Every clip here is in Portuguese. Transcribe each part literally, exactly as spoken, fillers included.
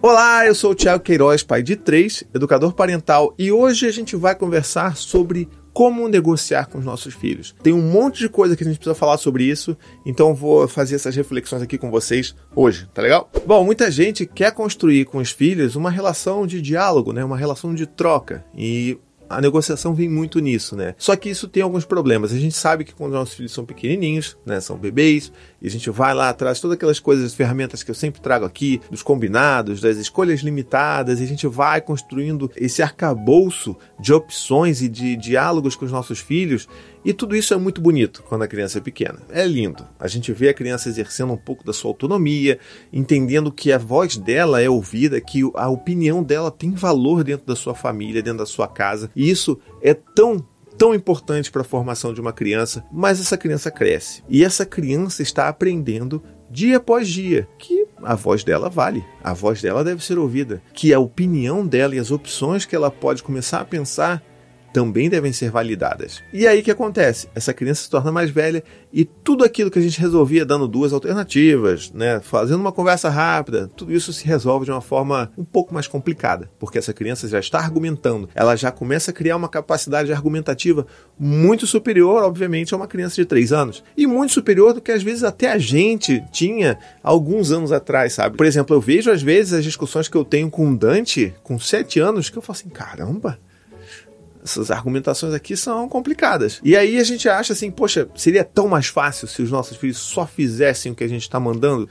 Olá, eu sou o Thiago Queiroz, pai de três, educador parental, e hoje a gente vai conversar sobre como negociar com os nossos filhos. Tem um monte de coisa que a gente precisa falar sobre isso, então vou fazer essas reflexões aqui com vocês hoje, tá legal? Bom, muita gente quer construir com os filhos uma relação de diálogo, né? Uma relação de troca, e a negociação vem muito nisso, né? Só que isso tem alguns problemas. A gente sabe que quando nossos filhos são pequenininhos, né, são bebês, e a gente vai lá atrás, todas aquelas coisas, as ferramentas que eu sempre trago aqui, dos combinados, das escolhas limitadas, e a gente vai construindo esse arcabouço de opções e de diálogos com os nossos filhos, e tudo isso é muito bonito quando a criança é pequena. É lindo. A gente vê a criança exercendo um pouco da sua autonomia, entendendo que a voz dela é ouvida, que a opinião dela tem valor dentro da sua família, dentro da sua casa. E isso é tão, tão importante para a formação de uma criança, mas essa criança cresce. E essa criança está aprendendo dia após dia que a voz dela vale, a voz dela deve ser ouvida, que a opinião dela e as opções que ela pode começar a pensar também devem ser validadas. E aí o que acontece? Essa criança se torna mais velha e tudo aquilo que a gente resolvia dando duas alternativas, né, fazendo uma conversa rápida, tudo isso se resolve de uma forma um pouco mais complicada, porque essa criança já está argumentando, ela já começa a criar uma capacidade argumentativa muito superior, obviamente, a uma criança de três anos. E muito superior do que às vezes até a gente tinha alguns anos atrás, sabe? Por exemplo, eu vejo às vezes as discussões que eu tenho com o Dante, com sete anos, que eu falo assim, caramba, essas argumentações aqui são complicadas. E aí a gente acha assim, poxa, seria tão mais fácil se os nossos filhos só fizessem o que a gente está mandando?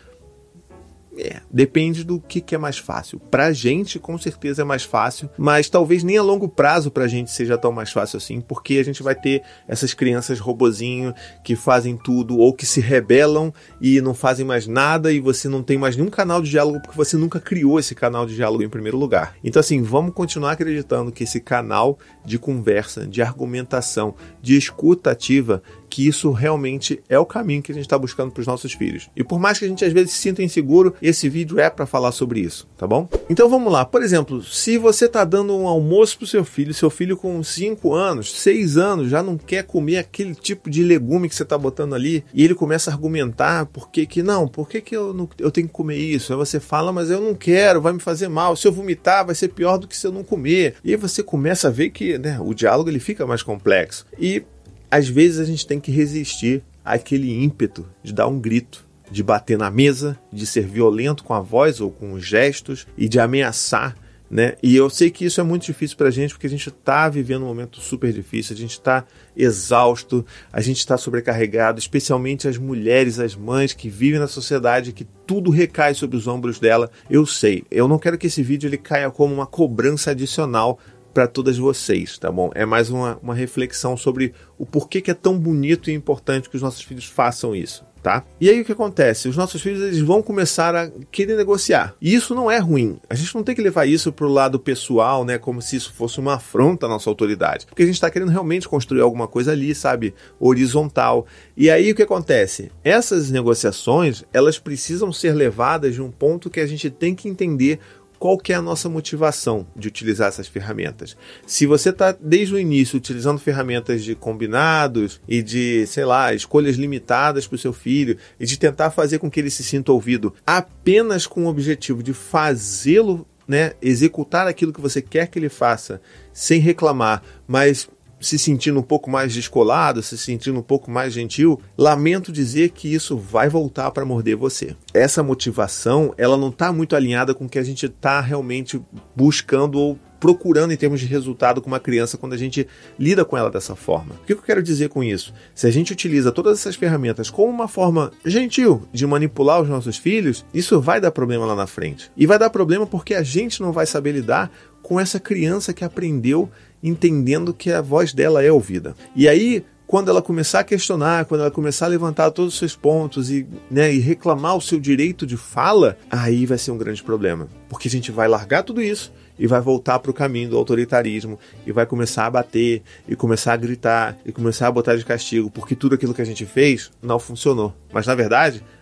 É, depende do que, que é mais fácil. Pra gente, com certeza é mais fácil, mas talvez nem a longo prazo pra gente seja tão mais fácil assim, porque a gente vai ter essas crianças robozinho que fazem tudo, ou que se rebelam e não fazem mais nada, e você não tem mais nenhum canal de diálogo, porque você nunca criou esse canal de diálogo em primeiro lugar. Então assim, vamos continuar acreditando que esse canal de conversa, de argumentação, de escuta ativa, que isso realmente é o caminho que a gente está buscando para os nossos filhos. E por mais que a gente às vezes se sinta inseguro, esse vídeo é para falar sobre isso, tá bom? Então vamos lá. Por exemplo, se você está dando um almoço para o seu filho, seu filho com cinco anos, seis anos, já não quer comer aquele tipo de legume que você está botando ali, e ele começa a argumentar por que que não, por que que eu, não, eu tenho que comer isso? Aí você fala, mas eu não quero, vai me fazer mal, se eu vomitar vai ser pior do que se eu não comer. E aí você começa a ver que, né, o diálogo ele fica mais complexo. E às vezes a gente tem que resistir àquele ímpeto de dar um grito, de bater na mesa, de ser violento com a voz ou com os gestos e de ameaçar, né? E eu sei que isso é muito difícil pra gente, porque a gente tá vivendo um momento super difícil, a gente tá exausto, a gente tá sobrecarregado, especialmente as mulheres, as mães que vivem na sociedade, que tudo recai sobre os ombros dela. Eu sei, eu não quero que esse vídeo ele caia como uma cobrança adicional para todas vocês, tá bom? É mais uma, uma reflexão sobre o porquê que é tão bonito e importante que os nossos filhos façam isso, tá? E aí o que acontece? Os nossos filhos eles vão começar a querer negociar. E isso não é ruim. A gente não tem que levar isso pro lado pessoal, né? Como se isso fosse uma afronta à nossa autoridade. Porque a gente está querendo realmente construir alguma coisa ali, sabe? Horizontal. E aí o que acontece? Essas negociações, elas precisam ser levadas de um ponto que a gente tem que entender qual que é a nossa motivação de utilizar essas ferramentas. Se você está desde o início utilizando ferramentas de combinados e de, sei lá, escolhas limitadas para o seu filho e de tentar fazer com que ele se sinta ouvido apenas com o objetivo de fazê-lo, né, executar aquilo que você quer que ele faça sem reclamar, mas se sentindo um pouco mais descolado, se sentindo um pouco mais gentil, lamento dizer que isso vai voltar para morder você. Essa motivação, ela não está muito alinhada com o que a gente está realmente buscando ou procurando em termos de resultado com uma criança quando a gente lida com ela dessa forma. O que eu quero dizer com isso? Se a gente utiliza todas essas ferramentas como uma forma gentil de manipular os nossos filhos, isso vai dar problema lá na frente. E vai dar problema porque a gente não vai saber lidar com essa criança que aprendeu entendendo que a voz dela é ouvida. E aí, quando ela começar a questionar, quando ela começar a levantar todos os seus pontos e, né, e reclamar o seu direito de fala, aí vai ser um grande problema. Porque a gente vai largar tudo isso e vai voltar para o caminho do autoritarismo e vai começar a bater e começar a gritar e começar a botar de castigo, porque tudo aquilo que a gente fez não funcionou. Mas, na verdade,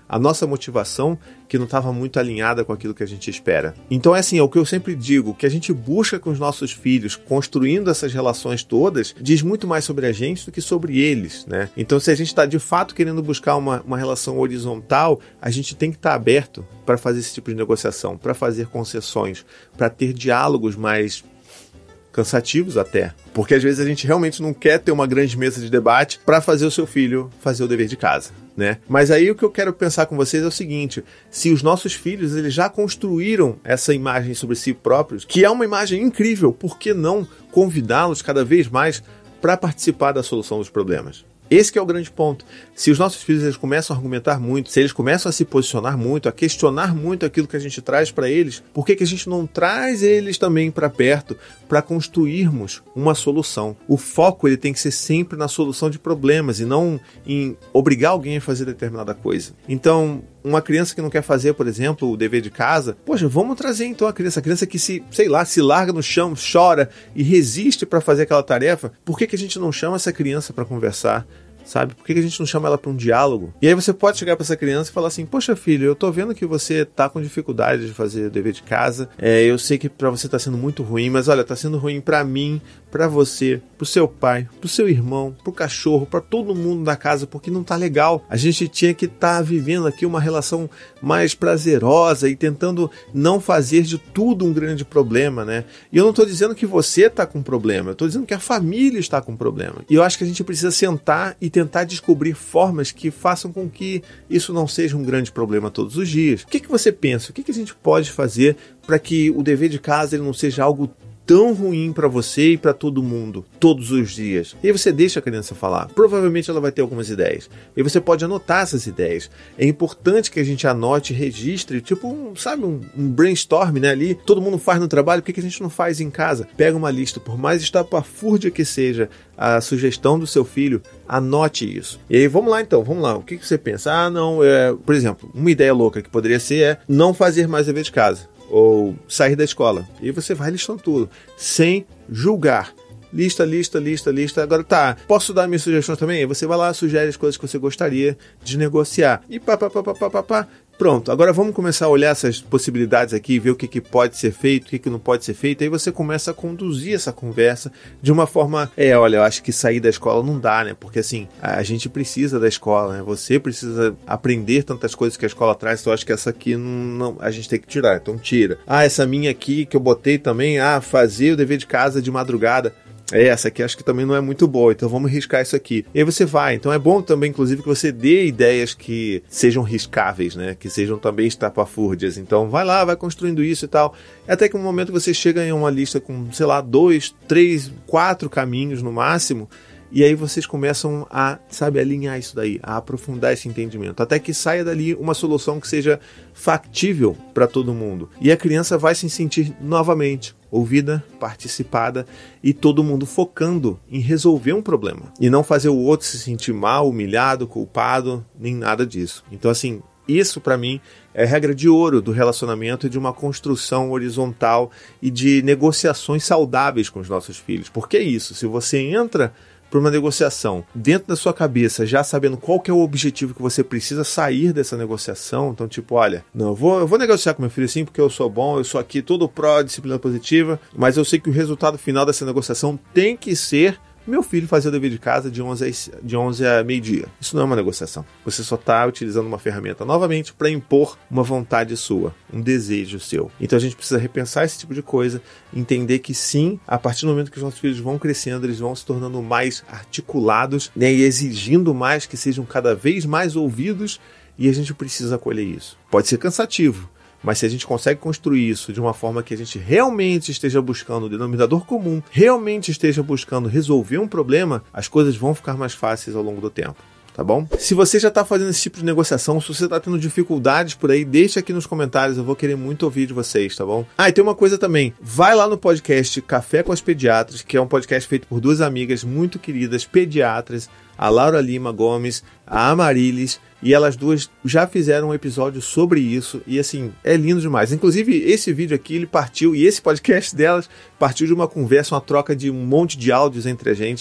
a nossa motivação que não estava muito alinhada com aquilo que a gente espera. Então é assim, é o que eu sempre digo, o que a gente busca com os nossos filhos, construindo essas relações todas, diz muito mais sobre a gente do que sobre eles, né? Então se a gente está de fato querendo buscar uma, uma relação horizontal, a gente tem que estar aberto para fazer esse tipo de negociação, para fazer concessões, para ter diálogos mais cansativos até, porque às vezes a gente realmente não quer ter uma grande mesa de debate para fazer o seu filho fazer o dever de casa, né? Mas aí o que eu quero pensar com vocês é o seguinte: se os nossos filhos eles já construíram essa imagem sobre si próprios, que é uma imagem incrível, por que não convidá-los cada vez mais para participar da solução dos problemas? Esse que é o grande ponto. Se os nossos filhos eles começam a argumentar muito, se eles começam a se posicionar muito, a questionar muito aquilo que a gente traz para eles, por que que a gente não traz eles também para perto para construirmos uma solução? O foco ele tem que ser sempre na solução de problemas e não em obrigar alguém a fazer determinada coisa. Então, uma criança que não quer fazer, por exemplo, o dever de casa, poxa, vamos trazer então a criança, a criança que se, sei lá, se larga no chão, chora e resiste para fazer aquela tarefa, por que que a gente não chama essa criança para conversar? Sabe? Por que a gente não chama ela para um diálogo? E aí você pode chegar para essa criança e falar assim: poxa filho, eu tô vendo que você tá com dificuldade de fazer o dever de casa, é, eu sei que para você tá sendo muito ruim, mas olha, tá sendo ruim para mim, para você, pro seu pai, pro seu irmão, pro cachorro, para todo mundo da casa, porque não tá legal. A gente tinha que estar tá vivendo aqui uma relação mais prazerosa e tentando não fazer de tudo um grande problema, né? E eu não tô dizendo que você tá com problema, eu tô dizendo que a família está com problema. E eu acho que a gente precisa sentar e tentar descobrir formas que façam com que isso não seja um grande problema todos os dias. O que que você pensa? O que que a gente pode fazer para que o dever de casa ele não seja algo tão ruim para você e para todo mundo, todos os dias? E aí você deixa a criança falar. Provavelmente ela vai ter algumas ideias. E você pode anotar essas ideias. É importante que a gente anote e registre, tipo, um, sabe, um, um brainstorm, né, ali. Todo mundo faz no trabalho, por que que a gente não faz em casa? Pega uma lista, por mais estapafúrdia que seja a sugestão do seu filho, anote isso. E aí vamos lá então, vamos lá. O que que você pensa? Ah, não, é... por exemplo, uma ideia louca que poderia ser é não fazer mais dever de casa. Ou sair da escola. E você vai listando tudo, sem julgar. Lista, lista, lista, lista. Agora tá, posso dar minhas sugestões também? Aí você vai lá, sugere as coisas que você gostaria de negociar. E pá, pá, pá, pá, pá, pá, pá. Pronto, agora vamos começar a olhar essas possibilidades aqui, ver o que, que pode ser feito, o que, que não pode ser feito. Aí você começa a conduzir essa conversa de uma forma... É, olha, eu acho que sair da escola não dá, né? Porque assim, a gente precisa da escola, né? Você precisa aprender tantas coisas que a escola traz, então eu acho que essa aqui não, não, a gente tem que tirar, então tira. Ah, essa minha aqui que eu botei também, ah, fazer o dever de casa de madrugada. É, essa aqui acho que também não é muito boa, então vamos riscar isso aqui. E aí você vai. Então é bom também, inclusive, que você dê ideias que sejam riscáveis, né? Que sejam também estapafúrdias. Então vai lá, vai construindo isso e tal. Até que no momento você chega em uma lista com, sei lá, dois, três, quatro caminhos no máximo. E aí vocês começam a, sabe, alinhar isso daí, a aprofundar esse entendimento, até que saia dali uma solução que seja factível para todo mundo. E a criança vai se sentir novamente ouvida, participada e todo mundo focando em resolver um problema. E não fazer o outro se sentir mal, humilhado, culpado, nem nada disso. Então assim, isso para mim é regra de ouro do relacionamento e de uma construção horizontal e de negociações saudáveis com os nossos filhos. Porque é isso, se você entra para uma negociação dentro da sua cabeça, já sabendo qual que é o objetivo que você precisa sair dessa negociação, então tipo, olha, não, eu vou, eu vou negociar com meu filho sim porque eu sou bom, eu sou aqui todo pró-disciplina positiva, mas eu sei que o resultado final dessa negociação tem que ser meu filho fazer o dever de casa de onze a, de onze a meio-dia. Isso não é uma negociação. Você só está utilizando uma ferramenta novamente para impor uma vontade sua, um desejo seu. Então a gente precisa repensar esse tipo de coisa, entender que sim, a partir do momento que os nossos filhos vão crescendo, eles vão se tornando mais articulados, né, e exigindo mais que sejam cada vez mais ouvidos, e a gente precisa acolher isso. Pode ser cansativo, mas se a gente consegue construir isso de uma forma que a gente realmente esteja buscando o denominador comum, realmente esteja buscando resolver um problema, as coisas vão ficar mais fáceis ao longo do tempo. Tá bom? Se você já está fazendo esse tipo de negociação, se você está tendo dificuldades por aí, deixa aqui nos comentários, eu vou querer muito ouvir de vocês, tá bom? Ah, e tem uma coisa também, vai lá no podcast Café com as Pediatras, que é um podcast feito por duas amigas muito queridas, pediatras, a Laura Lima Gomes, a Amarilis, e elas duas já fizeram um episódio sobre isso, e assim, é lindo demais. Inclusive, esse vídeo aqui, ele partiu, e esse podcast delas partiu de uma conversa, uma troca de um monte de áudios entre a gente,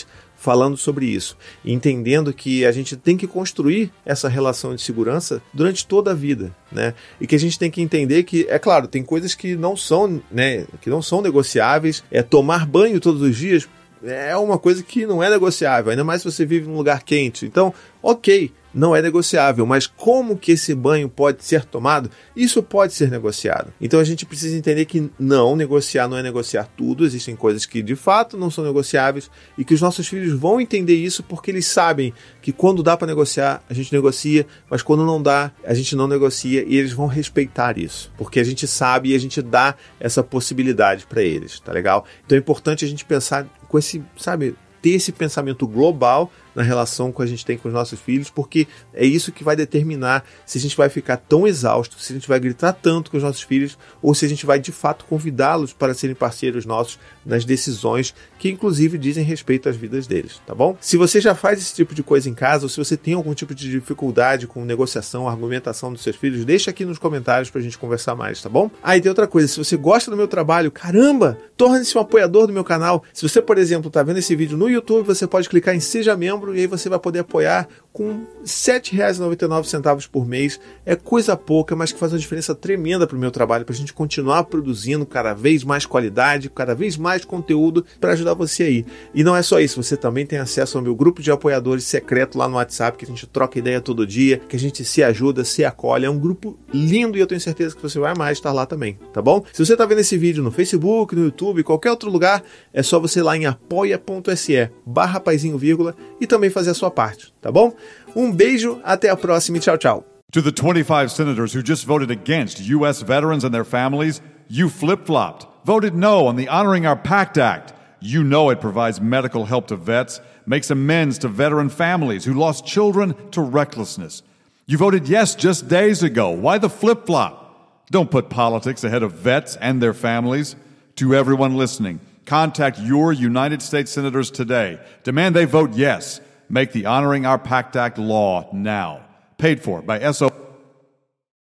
falando sobre isso, entendendo que a gente tem que construir essa relação de segurança durante toda a vida, né? E que a gente tem que entender que, é claro, tem coisas que não são, né, que não são negociáveis. É tomar banho todos os dias é uma coisa que não é negociável, ainda mais se você vive num lugar quente. Então, ok, não é negociável, mas como que esse banho pode ser tomado? Isso pode ser negociado. Então a gente precisa entender que não, negociar não é negociar tudo, existem coisas que de fato não são negociáveis e que os nossos filhos vão entender isso porque eles sabem que quando dá para negociar, a gente negocia, mas quando não dá, a gente não negocia e eles vão respeitar isso, porque a gente sabe e a gente dá essa possibilidade para eles, tá legal? Então é importante a gente pensar com esse, sabe, ter esse pensamento global na relação que a gente tem com os nossos filhos, porque é isso que vai determinar se a gente vai ficar tão exausto, se a gente vai gritar tanto com os nossos filhos, ou se a gente vai de fato convidá-los para serem parceiros nossos nas decisões que inclusive dizem respeito às vidas deles, tá bom? Se você já faz esse tipo de coisa em casa, ou se você tem algum tipo de dificuldade com negociação, argumentação dos seus filhos, deixa aqui nos comentários pra gente conversar mais, tá bom? Ah, e tem outra coisa, se você gosta do meu trabalho, caramba, torne-se um apoiador do meu canal. Se você, por exemplo, tá vendo esse vídeo no YouTube, você pode clicar em Seja Membro e aí você vai poder apoiar com sete reais e noventa e nove centavos por mês. É coisa pouca, mas que faz uma diferença tremenda para o meu trabalho, para a gente continuar produzindo cada vez mais qualidade, cada vez mais conteúdo para ajudar você aí. E não é só isso, você também tem acesso ao meu grupo de apoiadores secreto lá no WhatsApp, que a gente troca ideia todo dia, que a gente se ajuda, se acolhe. É um grupo lindo e eu tenho certeza que você vai mais estar lá também, tá bom? Se você está vendo esse vídeo no Facebook, no YouTube, qualquer outro lugar, é só você ir lá em apoia.se barra paizinho vírgula e também fazer a sua parte, tá bom? Um beijo, até a próxima e tchau, tchau. To the twenty-five senators who just voted against U S veterans and their families, you flip-flopped, voted no on the Honoring Our Pact Act. You know it provides medical help to vets, makes amends to veteran families who lost children to recklessness. You voted yes just days ago. Why the flip-flop? Don't put politics ahead of vets and their families. To everyone listening, contact your United States senators today. Demand they vote yes. Make the Honoring Our Pact Act law now. Paid for by S O